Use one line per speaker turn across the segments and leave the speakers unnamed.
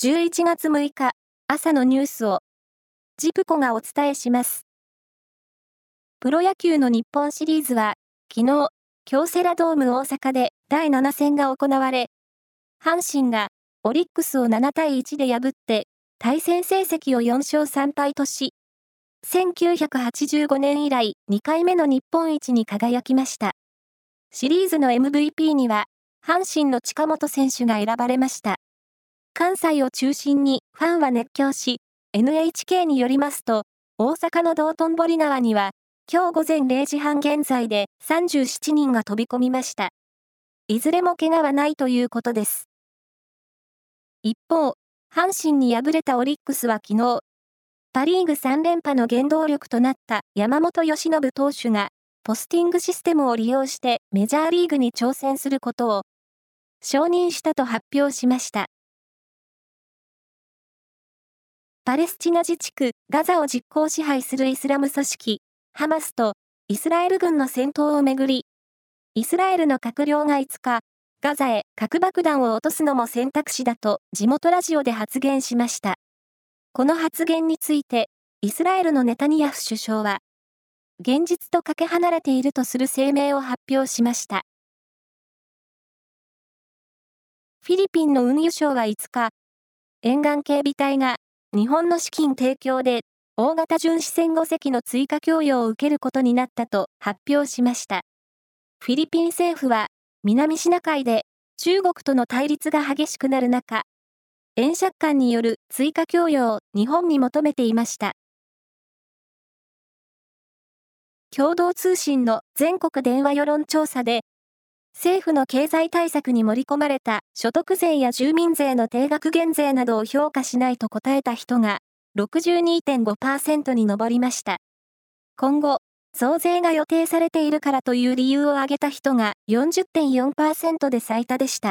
11月6日、朝のニュースを、ジプコがお伝えします。プロ野球の日本シリーズは、昨日、京セラドーム大阪で第7戦が行われ、阪神がオリックスを7対1で破って、対戦成績を4勝3敗とし、1985年以来2回目の日本一に輝きました。シリーズの MVP には、阪神の近本選手が選ばれました。関西を中心にファンは熱狂し、NHK によりますと、大阪の道頓堀川には、今日午前0時半現在で37人が飛び込みました。いずれも怪我はないということです。一方、阪神に敗れたオリックスは昨日、パ・リーグ3連覇の原動力となった山本由伸投手が、ポスティングシステムを利用してメジャーリーグに挑戦することを承認したと発表しました。パレスチナ自治区ガザを実効支配するイスラム組織ハマスとイスラエル軍の戦闘をめぐり、イスラエルの閣僚が5日、ガザへ核爆弾を落とすのも選択肢だと地元ラジオで発言しました。この発言について、イスラエルのネタニヤフ首相は、現実とかけ離れているとする声明を発表しました。フィリピンの運輸省は5日、沿岸警備隊が日本の資金提供で大型巡視船5隻の追加供与を受けることになったと発表しました。フィリピン政府は南シナ海で中国との対立が激しくなる中、円借款による追加供与を日本に求めていました。共同通信の全国電話世論調査で、政府の経済対策に盛り込まれた所得税や住民税の定額減税などを評価しないと答えた人が 62.5% に上りました。今後、増税が予定されているからという理由を挙げた人が 40.4% で最多でした。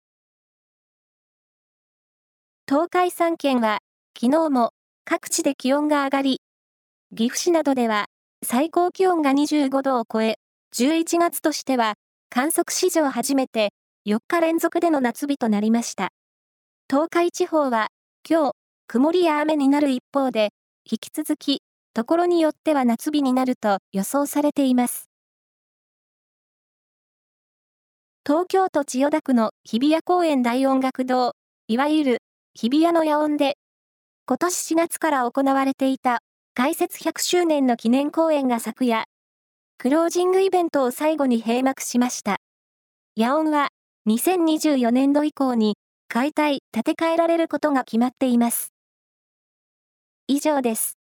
東海3県は昨日も各地で気温が上がり、岐阜市などでは最高気温が25度を超え、11月としては観測史上初めて4日連続での夏日となりました。東海地方は今日、曇りや雨になる一方で、引き続き、ところによっては夏日になると予想されています。東京都千代田区の日比谷公園大音楽堂、いわゆる日比谷の野音で、今年4月から行われていた開設100周年の記念公演が昨夜、クロージングイベントを最後に閉幕しました。野音は2024年度以降に解体・建て替えられることが決まっています。以上です。